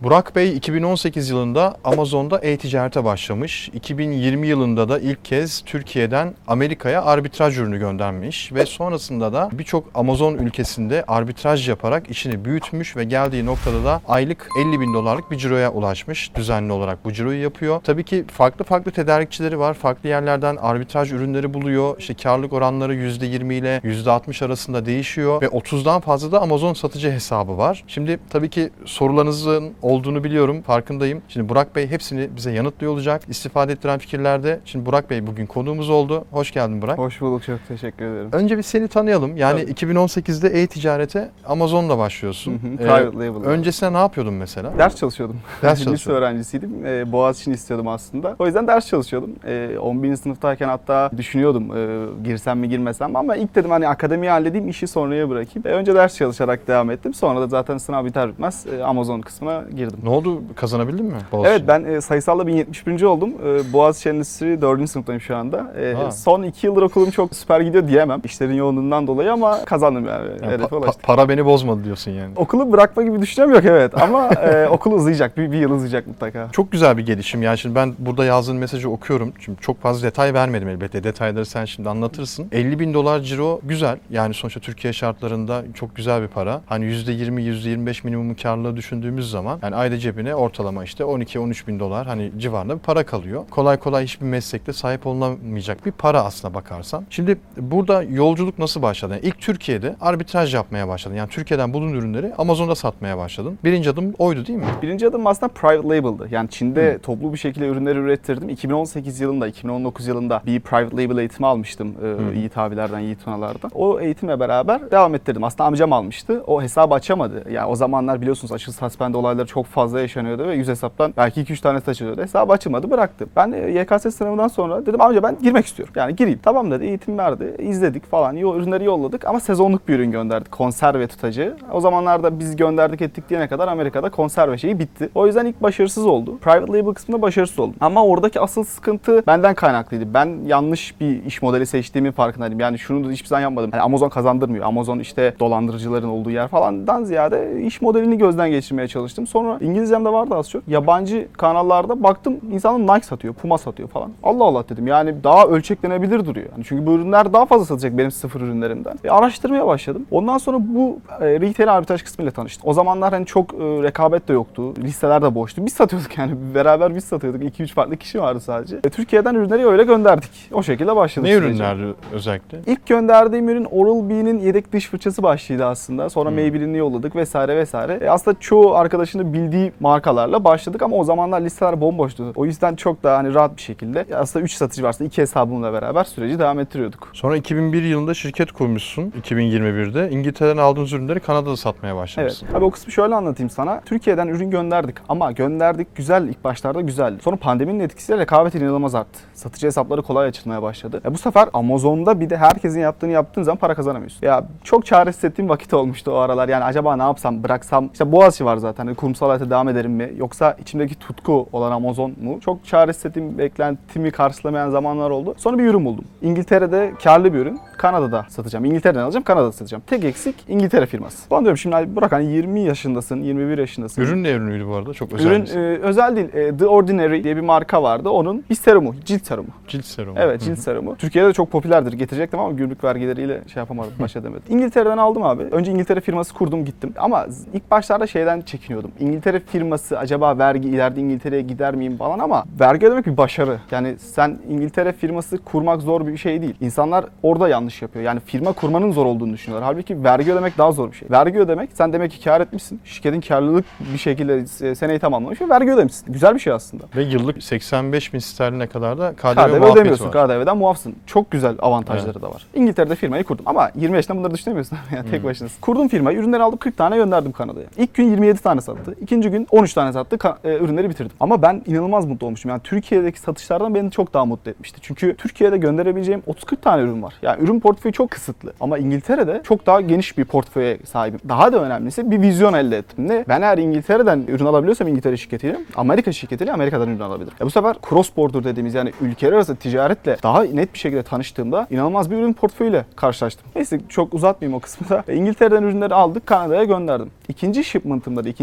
Burak Bey 2018 yılında Amazon'da e-ticarete başlamış. 2020 yılında da ilk kez Türkiye'den Amerika'ya arbitraj ürünü göndermiş ve sonrasında da birçok Amazon ülkesinde arbitraj yaparak işini büyütmüş ve geldiği noktada da aylık $50.000 bir ciroya ulaşmış. Düzenli olarak bu ciroyu yapıyor. Tabii ki farklı tedarikçileri var. Farklı yerlerden arbitraj ürünleri buluyor. İşte karlılık oranları %20 ile %60 arasında değişiyor ve 30'dan fazla da Amazon satıcı hesabı var. Şimdi tabii ki sorularınızın olduğunu biliyorum, farkındayım. Şimdi Burak Bey hepsini bize yanıtlıyor olacak. İstifade ettiren fikirlerde. Şimdi Burak Bey bugün konuğumuz oldu. Hoş geldin Burak. Hoş bulduk, çok teşekkür ederim. Önce bir seni tanıyalım. Yani Tabii. 2018'de e-ticarete Amazon'la başlıyorsun. Private label. Öncesinde ne yapıyordun mesela? Ders çalışıyordum. Ders Lise çalışıyordun. öğrencisiydim. Boğaziçi'ni istiyordum aslında. O yüzden ders çalışıyordum. 11. sınıftayken hatta düşünüyordum girsem mi girmesem mi, ama ilk dedim hani akademiyi halledeyim, işi sonraya bırakayım. Önce ders çalışarak devam ettim. Sonra da zaten sınav biter bitmez Amazon kısmına girdim. Ne oldu? Kazanabildin mi? Evet, ben sayısalda 1071. oldum. Boğaziçi Endüstri 4. sınıftayım şu anda. Son 2 yıldır okulum çok süper gidiyor diyemem. İşlerin yoğunluğundan dolayı, ama kazandım yani. Hedefe ulaştık. Para beni bozmadı diyorsun yani. Okulu bırakma gibi düşüncem yok, evet, ama okul uzayacak. Bir yıl uzayacak mutlaka. Çok güzel bir gelişim. Yani şimdi ben burada yazdığın mesajı okuyorum. Şimdi çok fazla detay vermedim elbette. Detayları sen şimdi anlatırsın. $50.000 ciro güzel. Yani sonuçta Türkiye şartlarında çok güzel bir para. Hani %20, %25 minimum karlılığı düşündüğümüz zaman yani ayda cebine ortalama işte $12-13.000 hani civarında bir para kalıyor. Kolay kolay hiçbir meslekte sahip olunamayacak bir para aslına bakarsan. Şimdi burada yolculuk nasıl başladı? Yani ilk Türkiye'de arbitraj yapmaya başladın. Yani Türkiye'den bulduğun ürünleri Amazon'da satmaya başladın. Birinci adım oydu değil mi? Birinci adım aslında private label'dı. Yani Çin'de toplu bir şekilde ürünleri ürettirdim. 2018 yılında, 2019 yılında bir private label eğitimi almıştım Yiğit abilerden, Yiğit Tunalardan. O eğitimle beraber devam ettirdim. Aslında amcam almıştı. O hesabı açamadı. Yani o zamanlar biliyorsunuz açık suspend olayları çok fazla yaşanıyordu ve 100 hesaptan belki 2-3 tane açılıyordu. Hesabı açılmadı, bıraktım. Ben YKS sınavından sonra dedim amca ben girmek istiyorum. Yani gireyim. Tamam dedi, eğitim verdi. İzledik falan. Ürünleri yolladık ama sezonluk bir ürün gönderdik. Konserve tutacı. O zamanlarda biz gönderdik ettik diyene kadar Amerika'da konserve şeyi bitti. O yüzden ilk başarısız oldu. Private label kısmında başarısız oldum. Ama oradaki asıl sıkıntı benden kaynaklıydı. Ben yanlış bir iş modeli seçtiğimin farkındaydım. Yani şunu da hiçbir zaman yapmadım. Yani Amazon kazandırmıyor. Amazon işte dolandırıcıların olduğu yer falandan ziyade iş modelini gözden geçirmeye çalıştım. Sonra İngilizcem de vardı az çok. Yabancı kanallarda baktım insanlar Nike satıyor, Puma satıyor falan. Allah Allah dedim. Yani daha ölçeklenebilir duruyor. Yani çünkü bu ürünler daha fazla satacak benim sıfır ürünlerimden. Araştırmaya başladım. Ondan sonra bu retail arbitraj kısmıyla tanıştım. O zamanlar hani çok rekabet de yoktu. Listeler de boştu. Biz satıyorduk yani. Beraber biz satıyorduk. 2-3 farklı kişi vardı sadece. Türkiye'den ürünleri öyle gönderdik. O şekilde başladık. Ne ürünlerdi özellikle? İlk gönderdiğim ürün Oral-B'nin yedek dış fırçası başlığıydı aslında. Sonra Maybelline'i yolladık vesaire vesaire. Aslında çoğu arkadaşının bildiği markalarla başladık ama o zamanlar listeler bomboştu. O yüzden çok daha hani rahat bir şekilde aslında 3 satıcı varsa 2 hesabımla beraber süreci devam ettiriyorduk. Sonra 2001 yılında şirket kurmuşsun. 2021'de İngiltere'den aldığınız ürünleri Kanada'da satmaya başlamışsın. Evet. Abi o kısmı şöyle anlatayım sana. Türkiye'den ürün gönderdik ama gönderdik güzel, ilk başlarda güzeldi. Sonra pandeminin etkisiyle rekabet inanılmaz arttı. Satıcı hesapları kolay açılmaya başladı. Bu sefer Amazon'da bir de herkesin yaptığın zaman para kazanamıyorsun. Ya çok çaresiz ettiğim vakit olmuştu o aralar. Yani acaba ne yapsam, bıraksam? İşte Boğaziçi var zaten. Hani kurumsal hayata devam ederim mi? Yoksa içimdeki tutku olan Amazon mu? Çok çaresiz ettiğim, beklentimi karşılamayan zamanlar oldu. Sonra bir ürün buldum. İngiltere'de karlı bir ürün. Kanada'da satacağım. İngiltere'den alacağım, Kanada'da satacağım. Tek eksik İngiltere firması. Ben diyorum şimdi Burak hani 20 yaşındasın, 21 yaşındasın. Ürün ne ürünüydü bu arada? Çok özel. Ürün özel değil. The Ordinary diye bir marka vardı. Onun bir serumu, cilt serumu. Cilt serumu. Evet, cilt serumu. Türkiye'de de çok popülerdir. Getirecektim ama gümrük vergileriyle şey yapamadım, baş edemedim. İngiltere'den aldım abi. Önce İngiltere firması kurdum, gittim. Ama ilk başlarda şeyden çekiniyordum. İngiltere firması acaba vergi ileride İngiltere'ye gider miyim falan, ama vergi ödemek bir başarı. Yani sen İngiltere firması kurmak zor bir şey değil. İnsanlar orada yanlış yapıyor. Yani firma kurmanın zor olduğunu düşünüyorlar. Halbuki vergi ödemek daha zor bir şey. Vergi ödemek, sen demek ki kar etmişsin. Şirketin karlılık bir şekilde seneyi tamamlamış ve vergi ödemişsin. Güzel bir şey aslında. Ve yıllık 85.000 sterline kadar da KDV KDV muhabbeti ödemiyorsun. var. KDV'den muafsın. Çok güzel avantajları da var. İngiltere'de firmayı kurdum. Ama 20 yaşında bunları düşünemiyorsun. Yani tek başınasın. Kurdum firmayı. Ürünleri aldım, 40 tane gönderdim Kanada'ya. İlk gün 27 tane sattı. İkinci gün 13 tane sattı. Ürünleri bitirdim. Ama ben inanılmaz mutlu olmuştum. Yani Türkiye'deki satışlardan beni çok daha mutlu etmişti. Çünkü Türkiye'de gönderebileceğim 30-40 tane ürün var. Yani ürün portföyü çok kısıtlı. Ama İngiltere'de çok daha geniş bir portföye sahibim. Daha da önemlisi bir vizyon elde ettim. Ne? Ben eğer İngiltere'den ürün alabiliyorsam İngiltere şirketiyle, Amerika şirketiyle Amerika'dan ürün alabilirim. Bu sefer cross border dediğimiz yani ülkeler arası ticaretle daha net bir şekilde tanıştığımda inanılmaz bir ürün portföyüyle karşılaştım. Neyse çok uzatmayayım o kısmı da. İngiltere'den ürünleri aldık, Kanada'ya gönderdim. İkinci shipment'ımda da, ikinci kargo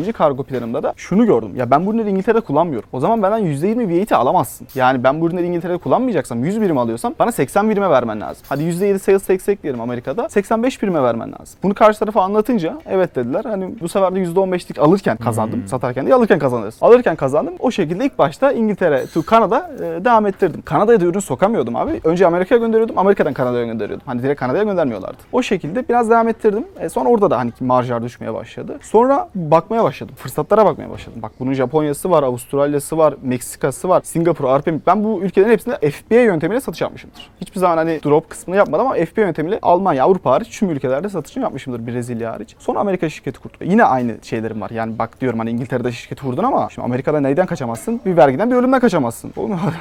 planımda da şunu gördüm. Ya ben bu ürünleri İngiltere'de kullanmıyorum. O zaman benden %20 VAT alamazsın. Yani ben bu ürünleri İngiltere'de kullanmayacaksam 100 birim alıyorsam bana 80 birime vermen lazım. Hadi %7 sales tax ekleyelim Amerika'da. 85 birime vermen lazım. Bunu karşı tarafa anlatınca evet dediler. Hani bu sefer de %15'lik alırken kazandım. Satarken değil, alırken kazanırız. Alırken kazandım. O şekilde ilk başta İngiltere to Kanada devam ettirdim. Kanada'ya da ürün sokamıyordum abi. Önce Amerika'ya gönderiyordum. Amerika'dan Kanada'ya gönderiyordum. Hani direkt Kanada'ya göndermiyorlardı. O şekilde biraz devam ettirdim. Sonra orada da hani marjlar düşmeye başladı. Sonra bakmaya başladım. Fırsatlara bakmaya başladım. Bak bunun Japonya'sı var, Avustralya'sı var, Meksika'sı var, Singapur, Avrupa. Ben bu ülkelerin hepsinde FBA yöntemiyle satış yapmışımdır. Hiçbir zaman hani drop kısmını yapmadım ama FBA yöntemiyle Almanya, Avrupa hariç tüm ülkelerde satışını yapmışımdır, Brezilya hariç. Sonra Amerika şirketi kurdum. Yine aynı şeylerim var. Yani bak diyorum hani İngiltere'de şirketi kurdun ama şimdi Amerika'da neyden kaçamazsın? Bir vergiden, bir ölümden kaçamazsın.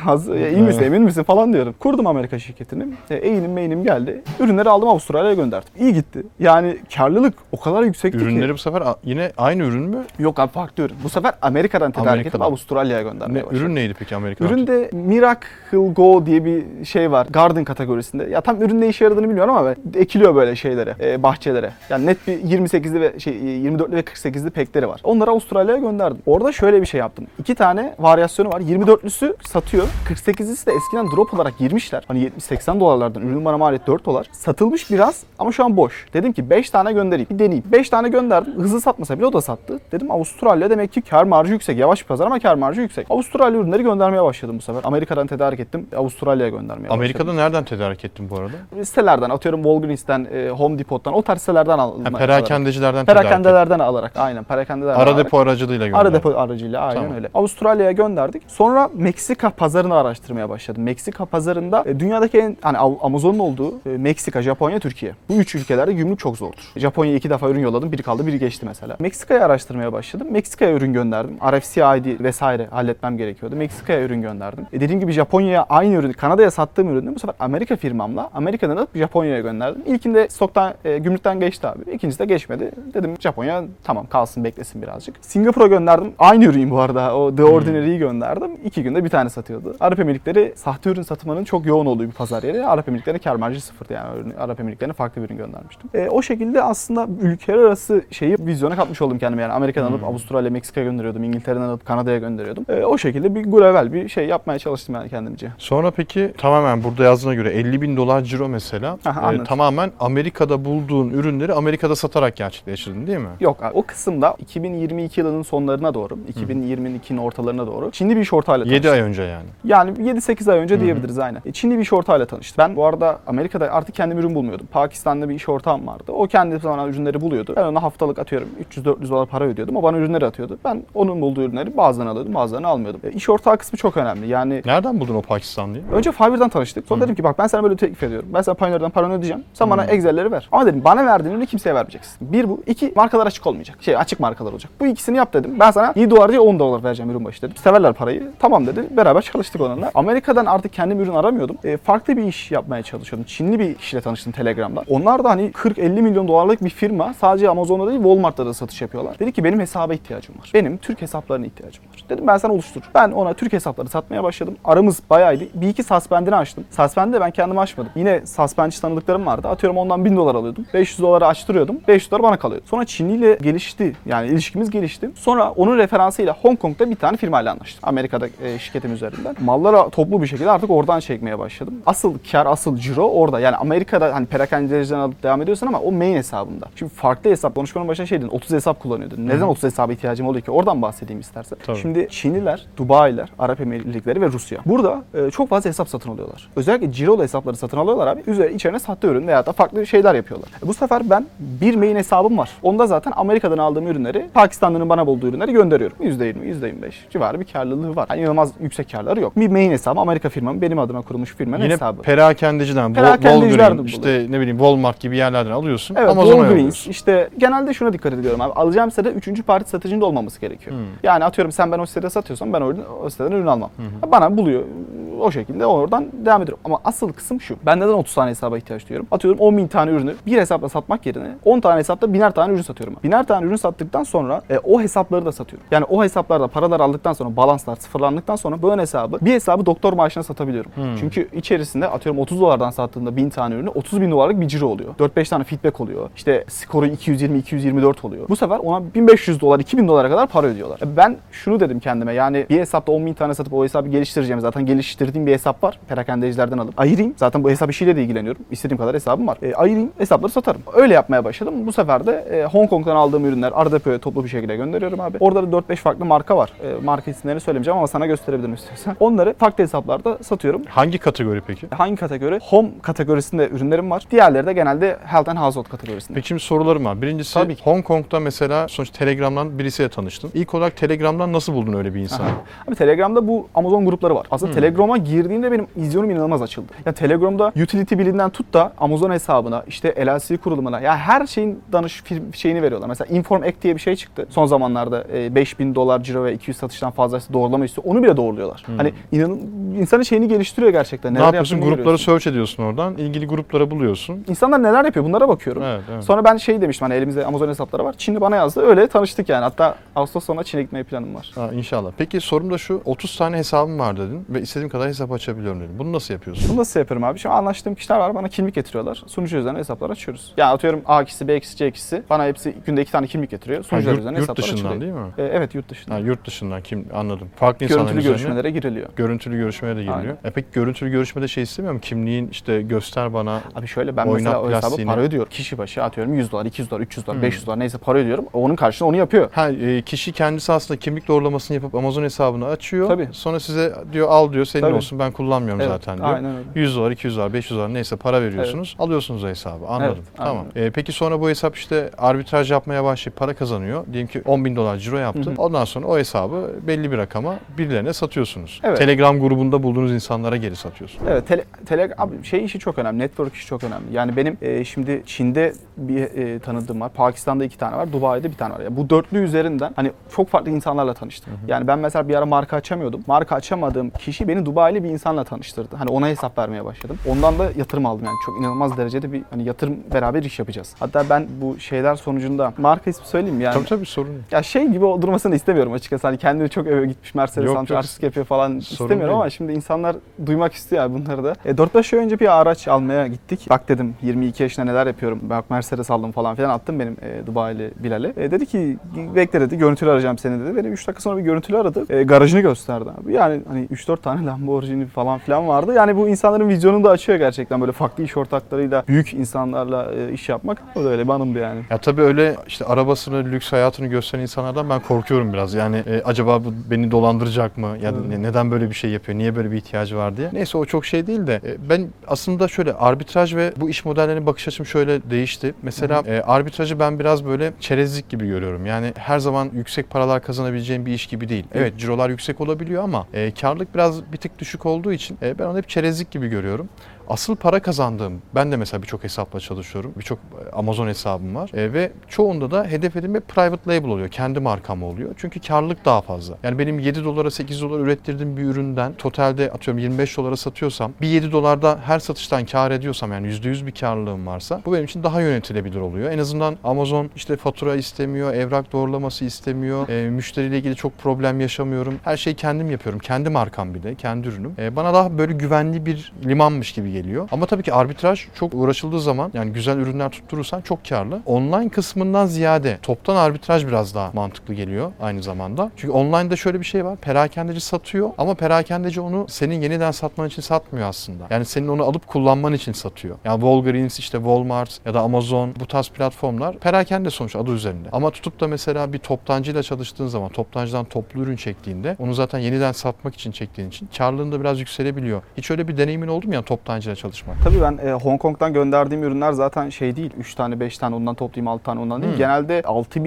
İyi misin, emin misin falan diyorum. Kurdum Amerika şirketini. Eğinim geldi. Ürünleri aldım, Avustralya'ya gönderdim. İyi gitti. Yani karlılık o kadar yüksekti ki. Ürünleri bu sefer yine aynı ürün mü? Yok abi, farklı ürün. Bu sefer Amerika'dan tedarik edip Avustralya'ya göndermeye başladım. Ürün neydi peki Amerika'da? Üründe Miracle Go diye bir şey var. Garden kategorisinde. Ya tam ürün ne işe yaradığını bilmiyorum ama ekiliyor böyle şeylere, bahçelere. Yani net bir 28'li ve 24'lü ve 48'li pekleri var. Onları Avustralya'ya gönderdim. Orada şöyle bir şey yaptım. 2 tane varyasyonu var. 24'lüsü satıyor. 48'lisi de eskiden drop olarak girmişler. Hani 70-80 dolarlardan. Ürün bana maliyet 4 dolar. Satılmış biraz ama şu an boş. Dedim ki 5 tane göndereyim. Bir deneyeyim. 5 tane gönderdim. Hızlı satmasa bile o da sattı. Dedim Avustralya demek ki kar marjı yüksek. Yavaş bir pazar ama kar marjı yüksek. Avustralya ürünleri göndermeye başladım bu sefer. Amerika'dan tedarik ettim. Avustralya'ya göndermeye başladım. Amerika'da nereden tedarik ettin bu arada? Sitelerden, atıyorum Walgreens'ten, Home Depot'tan, o tarz sitelerden aldım. Perakendecilerden tedarik ettin. Perakendelerden alarak, aynen. Perakendelerden Ara alarak. depo aracılığıyla gönderdin. Ara depo aracıyla, aynen Tamam. öyle. Avustralya'ya gönderdik. Sonra Meksika pazarını araştırmaya başladım. Meksika pazarında dünyadaki en, hani Amazon'un olduğu Meksika, Japonya, Türkiye. Bu 3 ülkelerde gümrük çok zordur. Japonya'ya 2 defa ürün yolladım. Biri kaldı, biri geçti mesela. Meksika'yı araştırmaya başladım. Meksika'ya ürün gönderdim. RFC ID vesaire halletmem gerekiyordu. Meksika'ya ürün gönderdim. Dediğim gibi Japonya'ya aynı ürünü, Kanada'ya sattığım ürünü bu sefer Amerika firmamla Amerika'dan alıp Japonya'ya gönderdim. İlkinde stoktan, gümrükten geçti abi. İkincisi de geçmedi. Dedim Japonya tamam kalsın, beklesin birazcık. Singapur'a gönderdim. Aynı ürün bu arada. O The Ordinary'yi gönderdim. 2 günde bir tane satıyordu. Arap Emirlikleri sahte ürün satımının çok yoğun olduğu bir pazar yeri. Arap Emirlikleri kar marjı sıfırdı yani. Arap Emirlikleri'ne farklı bir ürün göndermiştim. O şekilde aslında ülkeler arası şeyi vizyona katmış oldum kendime yani. Amerika'dan alıp Avustralya, Meksika'ya gönderiyordum. İngiltere'den alıp Kanada'ya gönderiyordum. O şekilde bir global bir şey yapmaya çalıştım yani kendimce. Sonra peki tamamen burada yazdığına göre 50 bin dolar ciro mesela tamamen Amerika'da bulduğun ürünleri Amerika'da satarak gerçekleştirdin değil mi? Yok abi. O kısımda 2022 yılının sonlarına doğru, 2022'nin ortalarına doğru Çinli bir iş ortağıyla tanıştım. 7 ay önce yani. Yani 7-8 ay önce diyebiliriz aynen. Çinli bir iş ortağıyla tanıştım. Ben bu arada Amerika'da artık kendim ürün bulmuyordum. Pakistan'da bir iş ortağım vardı. O kendi zaman ürünleri buluyordu. Ben ona haftalık atıyorum 300-400 dolar para ödüyordum. O bana ürünleri atıyordu. Ben onun bulduğu ürünleri bazılarını alıyordum, bazılarını almıyordum. İş ortağı kısmı çok önemli. Yani nereden buldun o Pakistanlıyı? önce Fiverr'dan tanıştık. Sonra dedim ki bak ben sana böyle teklif ediyorum. Ben sana Pioneer'dan paranı ödeyeceğim. Sen bana Excel'leri ver. Ama dedim bana verdiğin ürünü kimseye vermeyeceksin. Bir bu. 2 markalar açık olmayacak. Açık markalar olacak. Bu ikisini yap dedim. Ben sana 7 dolar değil 10 dolar vereceğim ürün başı dedim. Severler parayı. Tamam dedi. Beraber çalıştık onunla. Amerika'dan artık kendim ürün aramıyordum. Farklı bir iş yapmaya çalışıyordum. Çinli bir kişiyle tanıştım Telegram'da. Onlar da hani 40-50 milyon dolarlık bir firma. Sadece Amazon'da değil Walmart'ta da satış yapıyorlar. Dedi ki benim hesaba ihtiyacım var. Benim Türk hesaplarına ihtiyacım var. Dedim ben sana oluştur. Ben ona Türk hesapları satmaya başladım. Aramız bayağıydı. Bir iki suspend'ini açtım. Suspend'i de ben kendim açmadım. Yine suspendçi tanıdıklarım vardı. Atıyorum ondan 1000 dolar alıyordum. 500 dolara açtırıyordum. 500 dolar bana kalıyordu. Sonra Çinli ile gelişti. Yani ilişkimiz gelişti. Sonra onun referansıyla Hong Kong'da bir tane firmayla anlaştım. Amerika'da şirketim üzerinden. Mallara toplu bir şekilde artık oradan çekmeye başladım. Asıl kar, asıl ciro orada. Yani Amerika'da hani perakendecilerden alıp devam ediyorsun ama o main hesabında. Şimdi farklı hesap, konuşmanın başına şey dedin, 30 hesap kullanıyordun. Neden 30 hesaba ihtiyacım oluyor ki? Oradan bahsedeyim istersen. Tabii. Şimdi Çinliler, Dubai'ler, Arap Emirlikleri ve Rusya. Burada çok fazla hesap satın alıyorlar. Özellikle cirolu hesapları satın alıyorlar abi. İçerine sahte ürün veya da farklı şeyler yapıyorlar. Bu sefer ben bir main hesabım var. Onda zaten Amerika'dan aldığım ürünleri, Pakistanlı'nın bana bulduğu ürünleri gönderiyorum. %20, %25 civarı bir karlılığı var. Yani inanılmaz yüksek karları yok. Bir main hesabı Amerika firmamın, benim adıma kurulmuş firmanın yine hesabı. Perakendeciden, Walgreens, işte ne bileyim Walmart gibi yerlerden alıyorsun. Evet, Amazon'a Walgreens yolluyorsun. işte genelde şuna dikkat ediyorum abi. Alacağım sitede 3. parti satıcının da olmaması gerekiyor. Yani atıyorum sen ben o sitede satıyorsam ben o siteden ürün almam. Bana buluyor. o şekilde oradan devam ediyorum. Ama asıl kısım şu. Ben neden 30 tane hesaba ihtiyaç duyuyorum? Atıyorum 10.000 tane ürünü bir hesapla satmak yerine 10 tane hesapta 1000'er tane ürün satıyorum. 1000'er tane ürün sattıktan sonra o hesapları da satıyorum. Yani o hesaplarda paralar aldıktan sonra, balanslar sıfırlandıktan sonra bu ön hesabı, bir hesabı doktor maaşına satabiliyorum. Çünkü içerisinde atıyorum 30 dolardan sattığımda 1000 tane ürünü 30.000 dolarlık bir ciro oluyor. 4-5 tane feedback oluyor. İşte skoru 220-224 oluyor. Bu sefer ona 1500 dolar, 2000 dolara kadar para ödüyorlar. Ben şunu dedim kendime, yani bir hesapta 10.000 tane satıp o hesabı geliştireceğim. Zaten geliştirdiğim bir hesap var. Perakendecilerden alıp ayırayım. Zaten bu hesap işiyle de ilgileniyorum. İstediğim kadar hesabım var. Ayırayım, hesapları satarım. Öyle yapmaya başladım. Bu sefer de Hong Kong'dan aldığım ürünler Ardepo'ya toplu bir şekilde gönderiyorum abi. Orada da 4-5 farklı marka var. Marka isimlerini söylemeyeceğim ama sana gösterebilirim istiyorsan. Onları farklı hesaplarda satıyorum. Hangi kategori peki? Hangi kategori? Home kategorisinde ürünlerim var. Diğerleri de genelde Health and Household kategorisinde. Peki şimdi sorularım var. Birincisi, Tabii ki. Hong Kong'da mesela sonuçta Telegram'dan birisiyle tanıştın. İlk olarak Telegram'dan nasıl buldun öyle bir insanı? Abi Telegram'da bu Amazon grupları var. Aslında Telegram'a girdiğimde benim vizyonum inanılmaz açıldı. Yani Telegram'da utility bill'inden tut da Amazon hesabına, işte LLC kurulumuna, ya her şeyin şeyini veriyorlar. Mesela Inform Act diye bir şey çıktı. Son zamanlarda $5.000 ciro ve 200 satıştan fazlası doğrulama istiyor. Onu bile doğruluyorlar. Hani insanın şeyini geliştiriyor gerçekten. Ne yapıyorsun? Grupları search ediyorsun oradan. İlgili grupları buluyorsun. İnsanlar neler yapıyor? Bunlara bakıyorum. Evet. Sonra ben demiştim, hani elimizde Amazon hesapları var. Çinli bana yazdı. Öyle tanıştık yani. Hatta Ağustos sonuna Çin'e gitmeye planım var. İnşallah. Peki sorum da şu. 30 tane hesabım var dedin ve istediğim kadar hesap açabiliyorum dedin. Bunu nasıl yapıyorsun? Bunu nasıl yapıyorum abi? Şimdi anlaştığım kişiler var. Bana kimlik getiriyorlar. Sunucu üzerinden hesaplar açıyoruz. Yani atıyorum A kişisi, B kişisi, C kişisi. Bana hepsi günde 2 tane kimlik getiriyor. Sunucular üzerinden hesaplar açılıyor. Yurt dışından değil mi? Evet, yurt dışından. Yurt dışından anladım. Farklı insanlar Görüntülü üzerine görüşmelere giriliyor. Görüntülü görüşmeye de giriliyor. Aynen. Peki görüntülü görüşmede şey istemiyor mu? Kimliğin işte göster bana. Abi şöyle, ben oynat mesela o hesabı plastiğini. para ödüyorum. Kişi başı atıyorum 100 dolar, 200 dolar, 300 dolar, 500 dolar neyse para ödüyorum. Onun karşılığında onu yapıyor. Kişi kendisi aslında kimlik doğrulamasını yapıp Amazon hesabını açıyor. Tabii. Sonra size diyor al diyor, senin Tabii. olsun, ben kullanmıyorum Evet, zaten diyor. aynen öyle. 100 dolar, 200 dolar, 500 dolar neyse para veriyorsunuz. Alıyorsunuz o hesabı. Anladım. Evet, tamam. aynen. Peki sonra bu hesap işte arbitraj yapmaya başlayıp para kazanıyor. Diyelim ki 10.000 dolar ciro yaptı. Ondan sonra o hesabı belli bir rakama birilerine satıyorsunuz. Evet. Telegram grubunda bulduğunuz insanlara geri satıyorsunuz. Evet, abi işi çok önemli. Network işi çok önemli. Yani benim şimdi Çin'de bir tanıdığım var. Pakistan'da 2 tane var. Dubai'de bir tane var. Yani bu dörtlü üzerinden hani çok farklı insanlarla tanıştım. Yani ben mesela bir ara marka açamıyordum. Marka açamadığım kişi beni Dubai'li bir insanla tanıştırdı. Hani ona hesap vermeye başladım. Ondan da yatırım aldım yani. Çok inanılmaz derecede bir hani yatırım, beraber iş yapacağız. Hatta ben bu şeyler sonucunda marka ismi söyleyeyim mi? Yani Tabii sorun yok. ya şey gibi durmasını istemiyorum açıkçası. Hani kendini çok eve gitmiş Mercedes almış, artist yapıyor falan istemiyorum değil. ama şimdi insanlar duymak istiyor yani bunları da. 4-5 ay önce bir araç almaya gittik. Bak dedim 22 yaşında neler yapıyorum. Bak Mercedes aldım falan filan, attım benim Dubai'li Bilal'e. Dedi ki bekle dedi, görüntülü arayacağım seni dedi. Beni 3 dakika sonra bir görüntülü aradı. Garajını gösterdi abi. Yani hani 3-4 tane Lamborghini falan filan vardı. Yani bu insanların vizyonunu da açıyor gerçekten, böyle farklı iş ortaklarıyla, büyük insanlarla iş yapmak. O da öyle bir anımdı yani. Ya tabii öyle işte arabasını, lüks hayatını gösteren insanlardan ben korkuyorum biraz. Yani acaba bu beni dolandıracak mı? Ya da neden böyle bir şey yapıyor? Niye böyle bir ihtiyacı var diye. Neyse o çok şey değil de ben aslında şöyle arbitraj ve bu iş modellerine bakış açım şöyle değişti. Mesela arbitrajı ben biraz böyle çerezlik gibi görüyorum. Yani her zaman yüksek paralar kazanabileceğim bir iş gibi değil. Evet, cirolar yüksek olabiliyor ama karlılık biraz bir tık düşük olduğu için ben onu hep çerezlik gibi görüyorum. Asıl para kazandığım, ben de mesela birçok hesapla çalışıyorum. Birçok Amazon hesabım var. Ve çoğunda da hedefim hep private label oluyor. Kendi markam oluyor. Çünkü karlılık daha fazla. Yani benim 7 dolara 8 dolara ürettirdiğim bir üründen totalde atıyorum 25 dolara satıyorsam, bir 7 dolarda her satıştan kar ediyorsam, yani %100 bir karlılığım varsa bu benim için daha yönetilebilir oluyor. En azından Amazon işte fatura istemiyor, evrak doğrulaması istemiyor. Müşteriyle ilgili çok problem yaşamıyorum. Her şeyi kendim yapıyorum. Kendi markam bir de, kendi ürünüm. Bana daha böyle güvenli bir limanmış gibi geliyor. Ama tabii ki arbitraj çok uğraşıldığı zaman, yani güzel ürünler tutturursan çok karlı. Online kısmından ziyade toptan arbitraj biraz daha mantıklı geliyor aynı zamanda. Çünkü online'da şöyle bir şey var. Perakendeci satıyor ama perakendeci onu senin yeniden satman için satmıyor aslında. Yani senin onu alıp kullanman için satıyor. Yani Walgreens, işte Walmart ya da Amazon, bu tarz platformlar perakende sonuç adı üzerinde. Ama tutup da mesela bir toptancıyla çalıştığın zaman, toptancıdan toplu ürün çektiğinde onu zaten yeniden satmak için çektiğin için karlılığın da biraz yükselebiliyor. Hiç öyle bir deneyimin oldu mu yani toptancı kullanıcıyla çalışmak? Tabii ben Hong Kong'dan gönderdiğim ürünler zaten şey değil. 3 tane, 5 tane ondan toplayayım, 6 tane ondan değil. Genelde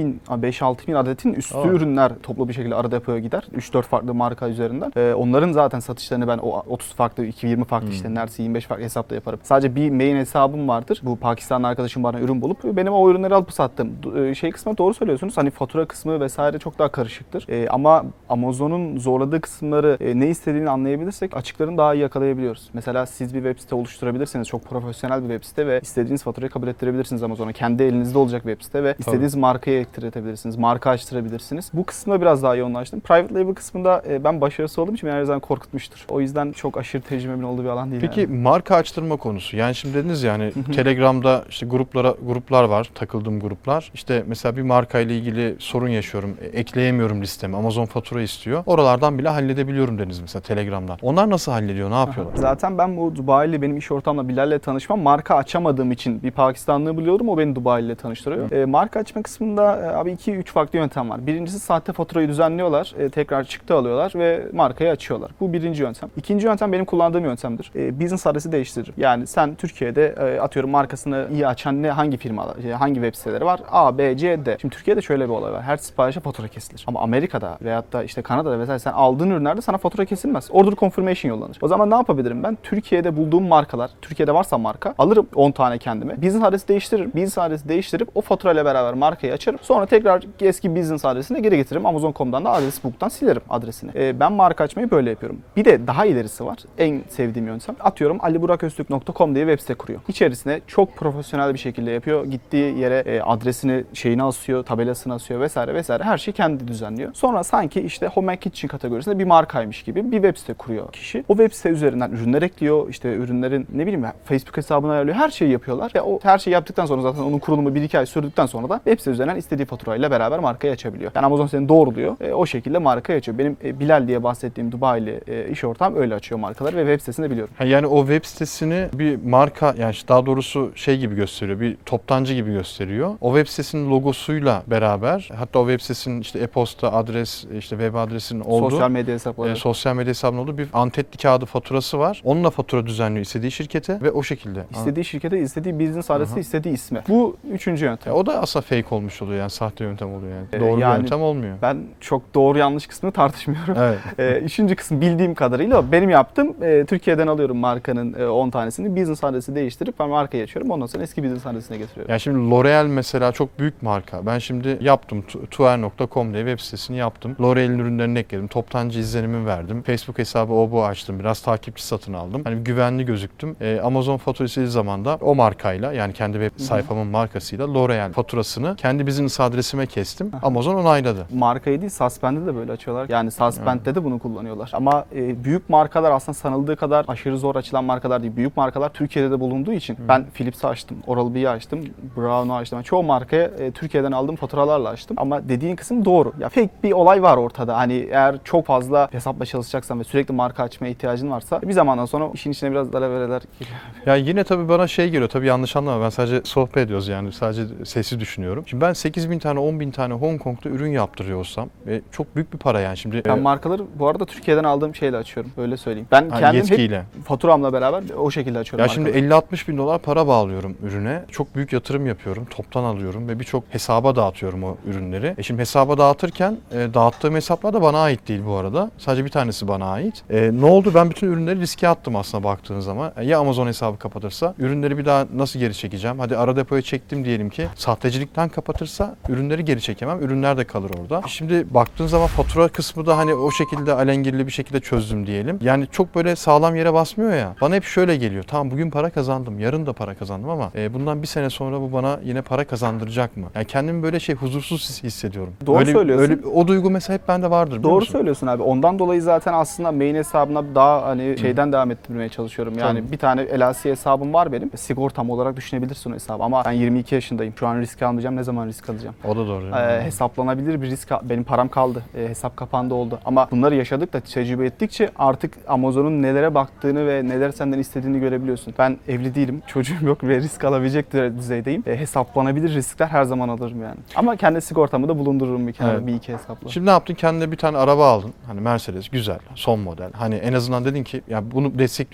5-6 bin adetin üstü ürünler toplu bir şekilde ara depoya gider. 3-4 farklı marka üzerinden. Onların zaten satışlarını ben o 30 farklı, 20 farklı işte neredeyse 25 farklı hesapla yaparım. Sadece bir main hesabım vardır. Bu Pakistanlı arkadaşım bana ürün bulup benim o ürünleri alıp sattım. Şey kısmı doğru söylüyorsunuz. Hani fatura kısmı vesaire çok daha karışıktır. Ama Amazon'un zorladığı kısımları ne istediğini anlayabilirsek açıklarını daha iyi yakalayabiliyoruz. Mesela siz bir web site oluşturabilirsiniz. Çok profesyonel bir web site ve istediğiniz faturayı kabul ettirebilirsiniz Amazon'a. Kendi elinizde olacak web site ve istediğiniz markayı ekletebilirsiniz. Marka açtırabilirsiniz. Bu kısımda biraz daha yoğunlaştım. Private label kısmında ben başarısız olduğum için beni her zaman korkutmuştur. O yüzden çok aşırı tecrübemin olduğu bir alan değil. Peki yani. marka açtırma konusu. Yani şimdi dediniz ya hani Telegram'da işte gruplar var. Takıldığım gruplar. İşte mesela bir markayla ilgili sorun yaşıyorum. Ekleyemiyorum listeme. Amazon fatura istiyor. Oralardan bile halledebiliyorum dediniz mesela Telegram'dan. Onlar nasıl hallediyor? Ne yapıyorlar? Zaten ben bu Dubai'li benim iş ortamla Bilal'le tanışmam. Marka açamadığım için bir Pakistanlı'yı buluyorum. O beni Dubai'yle tanıştırıyor. Marka açma kısmında abi 2-3 farklı yöntem var. Birincisi sahte faturayı düzenliyorlar. Tekrar çıktı alıyorlar ve markayı açıyorlar. Bu birinci yöntem. İkinci yöntem benim kullandığım yöntemdir. Business adresi değiştiririm. Yani sen Türkiye'de atıyorum markasını iyi açan hangi firmalar, hangi web siteleri var? A, B, C, D. Şimdi Türkiye'de şöyle bir olay var. Her siparişe fatura kesilir. Ama Amerika'da veyahut da işte Kanada'da vesaire sen aldığın ürünlerde sana fatura kesilmez. Order confirmation yollanır. O zaman ne yapabilirim ben? Türkiye'de bulduğum markalar, Türkiye'de varsa marka alırım 10 tane kendime. Business adresi değiştiririm. Business adresi değiştirip o faturayla beraber markayı açarım. Sonra tekrar eski business adresine geri getiririm. Amazon.com'dan da adres book'tan silerim adresini. Ben marka açmayı böyle yapıyorum. Bir de daha ilerisi var. En sevdiğim yöntem. Atıyorum aliburaköztürk.com diye web site kuruyor. İçerisine çok profesyonel bir şekilde yapıyor. Gittiği yere adresini, şeyini asıyor, tabelasını asıyor vesaire vesaire. Her şeyi kendi düzenliyor. Sonra sanki işte Home and Kitchen kategorisinde bir markaymış gibi bir web site kuruyor kişi. O web site üzerinden ürünler ekliyor. İşte ürünlerin ne bileyim Facebook hesabına ayarlıyor. Her şeyi yapıyorlar. Ve o her şeyi yaptıktan sonra zaten onun kurulumu 1-2 ay sürdükten sonra da web site üzerinden istediği faturayla beraber markayı açabiliyor. Yani Amazon seni doğruluyor. O şekilde markayı açıyor. Benim Bilal diye bahsettiğim Dubai'li iş ortağım öyle açıyor markaları ve web sitesini de biliyorum. Yani o web sitesini bir marka yani daha doğrusu şey gibi gösteriyor. Bir toptancı gibi gösteriyor. O web sitesinin logosuyla beraber hatta o web sitesinin işte e-posta, adres, işte web adresinin olduğu sosyal medya hesapları. Sosyal medya hesabının olduğu bir antetli kağıdı faturası var. Onunla fatura düzenliyor istediği şirkete ve o şekilde. İstediği şirkete, istediği business adresi, istediği ismi. Bu üçüncü yöntem. O da aslında fake olmuş oluyor yani sahte yöntem oluyor yani. Doğru Yani bir yöntem olmuyor. Ben çok doğru yanlış kısmını tartışmıyorum. Evet. Üçüncü kısım bildiğim kadarıyla benim yaptığım Türkiye'den alıyorum markanın 10 tanesini. Business adresi değiştirip ben markayı açıyorum. Ondan sonra eski business adresine getiriyorum. Yani şimdi L'Oreal mesela çok büyük marka. Ben şimdi yaptım. Tuer.com diye web sitesini yaptım. L'Oreal'in ürünlerini ekledim. Toptancı izlenimi verdim. Facebook hesabı o açtım. Biraz takipçi satın aldım. Hani güvenli gözüktüm. Amazon faturası zaman da o markayla yani kendi web sayfamın markasıyla L'Oreal faturasını kendi business adresime kestim. Amazon onayladı. Markayı değil Suspend'de de böyle açıyorlar. Yani Suspend'de de bunu kullanıyorlar. Ama büyük markalar aslında sanıldığı kadar aşırı zor açılan markalar değil. Büyük markalar Türkiye'de de bulunduğu için ben Philips'i açtım, Oral-B'yi açtım, Braun'u açtım. Yani çoğu markaya Türkiye'den aldığım faturalarla açtım. Ama dediğin kısım doğru. Ya fake bir olay var ortada. Hani eğer çok fazla hesapla çalışacaksan ve sürekli marka açmaya ihtiyacın varsa bir zamandan sonra işin içine biraz dalavereler giriyor. Ya yine tabii bana şey geliyor. Tabii yanlış anlama. Ben sadece sohbet ediyoruz yani. Sadece sesi düşünüyorum. Şimdi ben 8.000 tane 10.000 tane Hong Kong'da ürün yaptırıyor olsam ve çok büyük bir para yani. Şimdi ben markaları bu arada Türkiye'den aldığım şeyle açıyorum. Öyle söyleyeyim. Ben kendim yetkiyle. hep faturamla beraber o şekilde açıyorum. Ya şimdi 50-60 bin dolar para bağlıyorum ürüne. Çok büyük yatırım yapıyorum. Toptan alıyorum ve birçok hesaba dağıtıyorum o ürünleri. Şimdi hesaba dağıtırken dağıttığım hesaplar da bana ait değil bu arada. Sadece bir tanesi bana ait. Ne oldu? Ben bütün ürünleri riske attım aslında baktığın zaman. Ya Amazon hesabı kapatırsa ürünleri bir daha nasıl geri çekeceğim? Hadi ara depoya çektim diyelim ki. Sahtecilikten kapatırsa ürünleri geri çekemem. Ürünler de kalır orada. Şimdi baktığın zaman fatura kısmı da hani o şekilde alengirli bir şekilde çözdüm diyelim. Yani çok böyle sağlam yere basmıyor ya. Bana hep şöyle geliyor. Tamam bugün para kazandım. Yarın da para kazandım ama bundan bir sene sonra bu bana yine para kazandıracak mı? Yani kendimi böyle huzursuz hissediyorum. Doğru söylüyorsun. O duygu mesela hep bende vardır. Doğru söylüyorsun abi. Ondan dolayı zaten aslında main hesabına daha hani şeyden devam ettirmeye çalışıyorum. Yani bir tane LLC hesabım var benim. Sigortam olarak düşünebilirsin o hesabı ama ben 22 yaşındayım. Şu an risk almayacağım. Ne zaman risk alacağım? O da doğru. Hesaplanabilir bir risk. Benim param kaldı. Hesap kapandı oldu. Ama bunları yaşadık da tecrübe ettikçe artık Amazon'un nelere baktığını ve neler senden istediğini görebiliyorsun. Ben evli değilim. Çocuğum yok ve risk alabilecek düzeydeyim. Hesaplanabilir riskler her zaman alırım yani. Ama kendi sigortamı da bulundururum bir kenara, bir iki hesapla. Şimdi ne yaptın? Kendine bir tane araba aldın. Hani Mercedes güzel, son model. Hani en azından dedin ki ya bunu destekliyorum bu arada.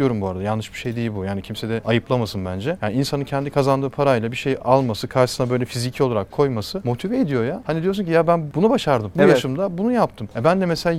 Yanlış bir şey değil bu. Yani kimse de ayıplamasın bence. Yani insanın kendi kazandığı parayla bir şey alması, karşısına böyle fiziki olarak koyması motive ediyor ya. Hani diyorsun ki ya ben bunu başardım. Bu yaşımda bunu yaptım. Ben de mesela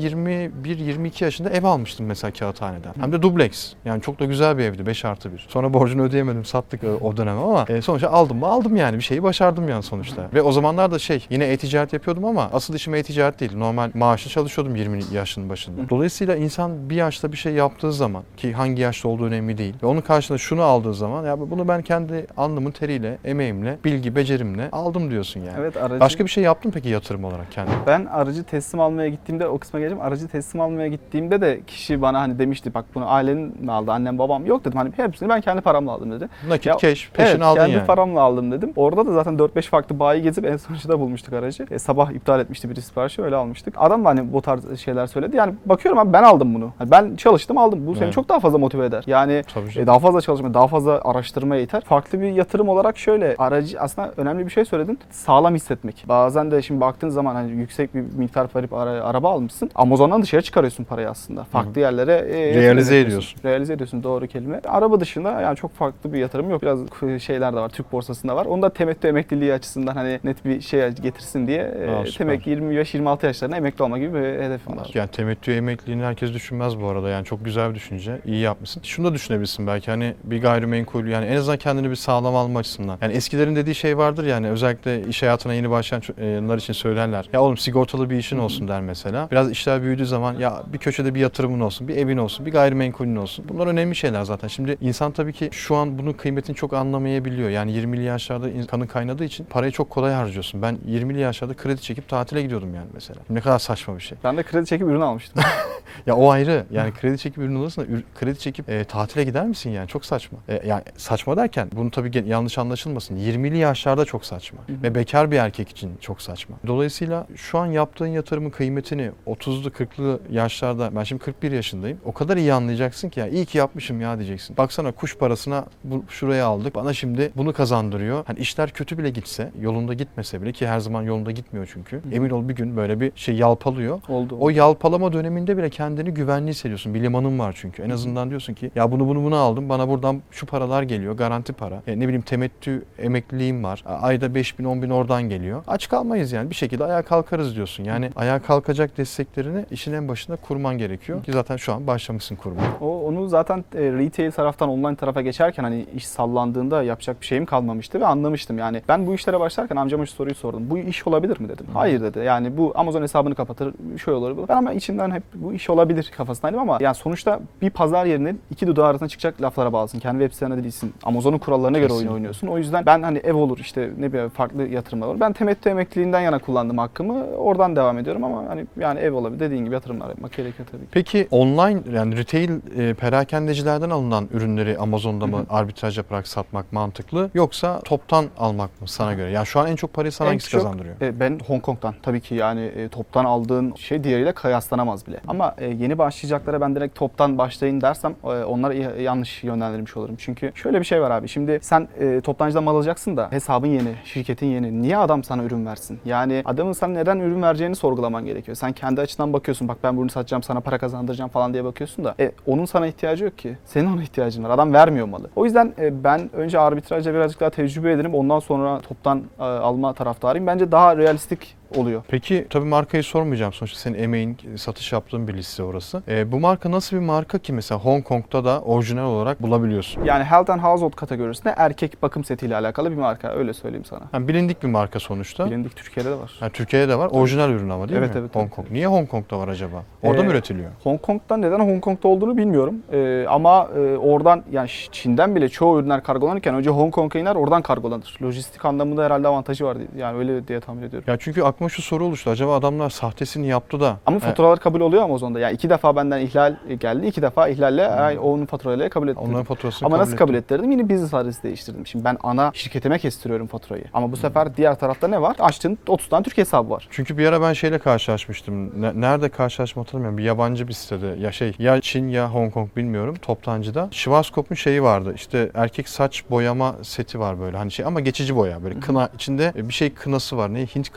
21-22 yaşında ev almıştım mesela Kağıthane'den. Hem de dubleks. Yani çok da güzel bir evdi. 5+1. Sonra borcunu ödeyemedim. Sattık o dönem ama sonuçta aldım mı? Aldım yani. Bir şeyi başardım yani sonuçta. Ve o zamanlar da yine e-ticaret yapıyordum ama asıl işim e-ticaret değil. Normal maaşlı çalışıyordum 20 yaşının başında. Dolayısıyla insan bir yaşta bir şey yaptığı zaman, ki hangi yaşta olduğu önemli değil, ve onun karşılığında şunu aldığı zaman ya bunu ben kendi alnımın teriyle, emeğimle, bilgi, becerimle aldım diyorsun yani. Evet, Başka bir şey yaptın peki yatırım olarak kendine? Ben aracı teslim almaya gittiğimde, o kısma geleceğim. Aracı teslim almaya gittiğimde de kişi bana hani demişti, bak bunu ailenin mi aldı, annem babam? Yok dedim, hani hepsini ben kendi paramla aldım dedi. Nakit, cash, peşin aldın kendi yani. paramla aldım dedim. Orada da zaten 4-5 farklı bayi gezip en sonuçta bulmuştuk aracı. Sabah iptal etmişti biri siparişi, öyle almıştık. Adam da hani bu tarz şeyler söyledi. Yani bakıyorum abi, ben aldım bunu. Hani ben çalıştım, aldım. Bu seni çok daha fazla motive eder. Yani daha fazla çalışma, daha fazla araştırmaya iter. Farklı bir yatırım olarak şöyle, aracı aslında önemli bir şey söyledin. Sağlam hissetmek. Bazen de şimdi baktığın zaman hani yüksek bir miktar verip araba almışsın. Amazon'dan dışarı çıkarıyorsun parayı aslında. Farklı yerlere realize ediyorsun. Realize ediyorsun, doğru kelime. Araba dışında yani çok farklı bir yatırım yok. Biraz şeyler de var. Türk borsasında var. Onu da temettü emekliliği açısından hani net bir şey getirsin diye temettü 25-26 yaşlarında emekli olma gibi bir hedefim var. Yani temettü emekliliğini herkes düşünmez bu arada. Yani çok güzel bir düşünce. İyi yapmışsın. Şunu da düşünebilirsin belki, hani bir gayrimenkul, yani en azından kendini bir sağlam alma açısından. Yani eskilerin dediği şey vardır yani, özellikle iş hayatına yeni başlayanlar için söylerler. Ya oğlum sigortalı bir işin olsun der mesela. Biraz işler büyüdüğü zaman ya bir köşede bir yatırımın olsun, bir evin olsun, bir gayrimenkulün olsun. Bunlar önemli şeyler zaten. Şimdi insan tabii ki şu an bunun kıymetini çok anlamayabiliyor. Yani 20'li yaşlarda kanı kaynadığı için parayı çok kolay harcıyorsun. Ben 20'li yaşlarda kredi çekip tatile gidiyordum yani mesela. Ne kadar saçma bir şey. Ben de kredi çekip ürün almıştım. Ya o ayrı. Yani kredi çekip ürün alırsın da kredi çekip tatile gider misin yani? Çok saçma. Yani saçma derken bunu tabii yanlış anlaşılmasın. 20'li yaşlarda çok saçma. Ve bekar bir erkek için çok saçma. Dolayısıyla şu an yaptığın yatırımın kıymetini 30'lu 40'lı yaşlarda, ben şimdi 41 yaşındayım. O kadar iyi anlayacaksın ki ya, iyi ki yapmışım ya diyeceksin. Baksana kuş parasına şuraya aldık. Bana şimdi bunu kazandırıyor. Hani işler kötü bile gitse, yolunda gitmese bile, ki her zaman yolunda gitmiyor çünkü. Emin ol bir gün böyle bir şey yalpalıyor. Oldu. O yalpalama döneminde bile kendini güvenli hissediyorsun. Bir limanın var çünkü. En azından diyorsun ki ya bunu aldım. Bana buradan şu paralar geliyor. Garanti para. Ne bileyim temettü emekliliğim var. Ayda 5.000 10.000 oradan geliyor. Aç kalmayız yani. Bir şekilde ayağa kalkarız diyorsun. Yani ayağa kalkacak desteklerini işin en başında kurman gerekiyor. Ki zaten şu an başlamışsın kurmaya. Onu zaten retail taraftan online tarafa geçerken hani iş sallandığında yapacak bir şeyim kalmamıştı ve anlamıştım. Yani ben bu işlere başlarken amcama şu soruyu sordum. Bu iş olabilir mi dedim. Hayır dedi. Yani bu Amazon hesabını kapatır, şöyle olur. Ben ama içimden hep bu iş olabilir kafasındaydım ama yani sonuçta bir pazar yerinin iki dudağı arasında çıkacak laflara bağlısın. Kendi web sitende değilsin. Amazon'un kurallarına göre oyun oynuyorsun. O yüzden ben hani ev olur, işte ne bileyim farklı yatırımlar olur. Ben temettü emekliliğinden yana kullandım hakkımı. Oradan devam ediyorum ama hani yani ev olabilir. Dediğin gibi yatırımlar yapmak gerekiyor tabii ki. Peki online, yani retail perakendecilerden alınan ürünleri Amazon'da mı arbitraj yaparak satmak mantıklı, yoksa toptan almak mı sana göre? Yani şu an en çok parayı sana hangisi kazandırıyor? Ben Hong Kong'dan tabii ki, yani toptan aldığın şey diğeriyle kıyaslanamaz bile. Ama yeni başlayacaklara ben direkt toptan başlayın dersem onlara yanlış yönlendirmiş olurum. Çünkü şöyle bir şey var abi. Şimdi sen toptancıdan mal alacaksın da hesabın yeni, şirketin yeni. Niye adam sana ürün versin? Yani adamın sana neden ürün vereceğini sorgulaman gerekiyor. Sen kendi açından bakıyorsun. Bak ben bunu satacağım, sana para kazandıracağım falan diye bakıyorsun da onun sana ihtiyacı yok ki. Senin ona ihtiyacın var. Adam vermiyor malı. O yüzden ben önce arbitrajla birazcık daha tecrübe ederim. Ondan sonra toptan alma taraftarıyım. Bence daha realistik oluyor. Peki tabii markayı sormayacağım. Sonuçta senin emeğin, satış yaptığın bir liste orası. Bu marka nasıl bir marka ki mesela Hong Kong'da da orijinal olarak bulabiliyorsun? Yani Health and Household kategorisinde erkek bakım setiyle alakalı bir marka. Öyle söyleyeyim sana. Yani bilindik bir marka sonuçta. Bilindik, Türkiye'de de var. Yani Türkiye'de de var. Orijinal ürün ama değil mi? Evet. Hong Kong. Niye Hong Kong'da var acaba? Orada mı üretiliyor? Hong Kong'da neden Hong Kong'da olduğunu bilmiyorum. Ama oradan, yani Çin'den bile çoğu ürünler kargolanırken önce Hong Kong'a iner, oradan kargolanır. Lojistik anlamında herhalde avantajı var. Yani öyle diye tahmin ediyorum. Ya çünkü aklıma şu soru oluştu. Acaba adamlar sahtesini yaptı da. Ama faturalar kabul oluyor Amazon'da. Yani 2 defa benden ihlal geldi. 2 defa ihlalle onun faturayla kabul ettirdim. Onların faturasını ama nasıl kabul ettirdim? Yine business adresi değiştirdim. Şimdi ben ana şirketime kestiriyorum faturayı. Ama bu sefer diğer tarafta ne var? Açtığın 30 tane Türkiye hesabı var. Çünkü bir ara ben şeyle karşılaşmıştım. Nerede karşılaşma hatırlamıyorum. Bir yabancı bir sitede. Ya Çin ya Hong Kong bilmiyorum. Toptancıda. Schwarzkopf'un şeyi vardı. İşte erkek saç boyama seti var böyle. Hani ama geçici boya. Böyle kına içinde bir şey kınası var. Ne? Hint kınası mı diyorlar?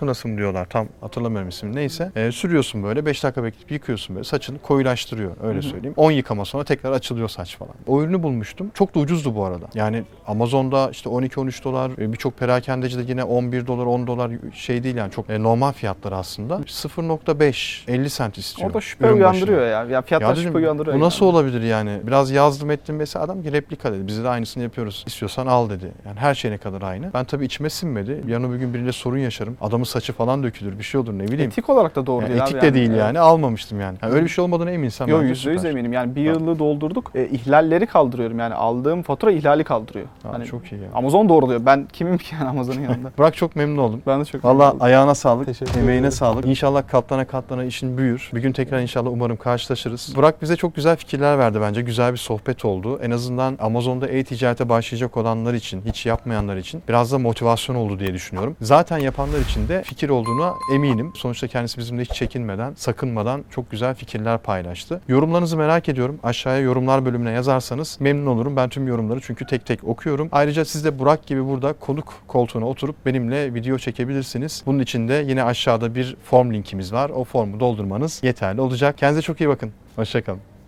diyorlar. Tam hatırlamıyorum ismini. Neyse. Sürüyorsun böyle 5 dakika bekleyip yıkıyorsun böyle. Saçını koyulaştırıyor. Öyle söyleyeyim. 10 yıkama sonra tekrar açılıyor saç falan. O ürünü bulmuştum. Çok da ucuzdu bu arada. Yani Amazon'da işte 12-13 dolar, birçok perakendecide yine 11 dolar, 10 dolar şey değil yani çok normal fiyatları aslında. 0.5 50 sent istiyor. Orada şüphe ürün uyandırıyor başına. ya. Fiyatlar dedim, şüphe uyandırıyor. bu nasıl yani. olabilir yani? Biraz yazdım ettim mesela adam ki replika dedi. Biz de aynısını yapıyoruz. İstiyorsan al dedi. Yani her şey ne kadar aynı. Ben tabii içime sinmedi. Yarın bir gün biriyle sorun yaşarım. Adamın saçı falan dökülür. Bir şey olur ne bileyim. Etik olarak da doğru Yani değil abi. etik de değil yani. Evet. Almamıştım yani. Öyle bir şey olmadığına eminsem Yok bence %100 süper. eminim. Yani bir yıllığı doldurduk. İhlalleri kaldırıyorum yani. Aldığım fatura ihlali kaldırıyor. Aa, çok iyi ya. Amazon doğruluyor. Ben kimim ki yani Amazon'un yanında? Burak çok memnun oldum. Ben de çok Valla memnun oldum. ayağına sağlık, Teşekkür emeğine ederim. sağlık. İnşallah katlana katlana işin büyür. Bir gün tekrar inşallah umarım karşılaşırız. Burak bize çok güzel fikirler verdi bence. Güzel bir sohbet oldu. En azından Amazon'da e-ticarete başlayacak olanlar için, hiç yapmayanlar için biraz da motivasyon oldu diye düşünüyorum. Zaten yapanlar için de fikir olduğuna eminim. Sonuçta kendisi bizimle hiç çekinmeden, sakınmadan çok güzel fikirler paylaştı. Yorumlarınızı merak ediyorum. Aşağıya yorumlar bölümüne yazarsanız memnun olurum. Ben tüm yorumları çünkü tek tek okuyorum. Ayrıca siz de Burak gibi burada konuk koltuğuna oturup benimle video çekebilirsiniz. Bunun için de yine aşağıda bir form linkimiz var. O formu doldurmanız yeterli olacak. Kendinize çok iyi bakın. Hoşça kalın.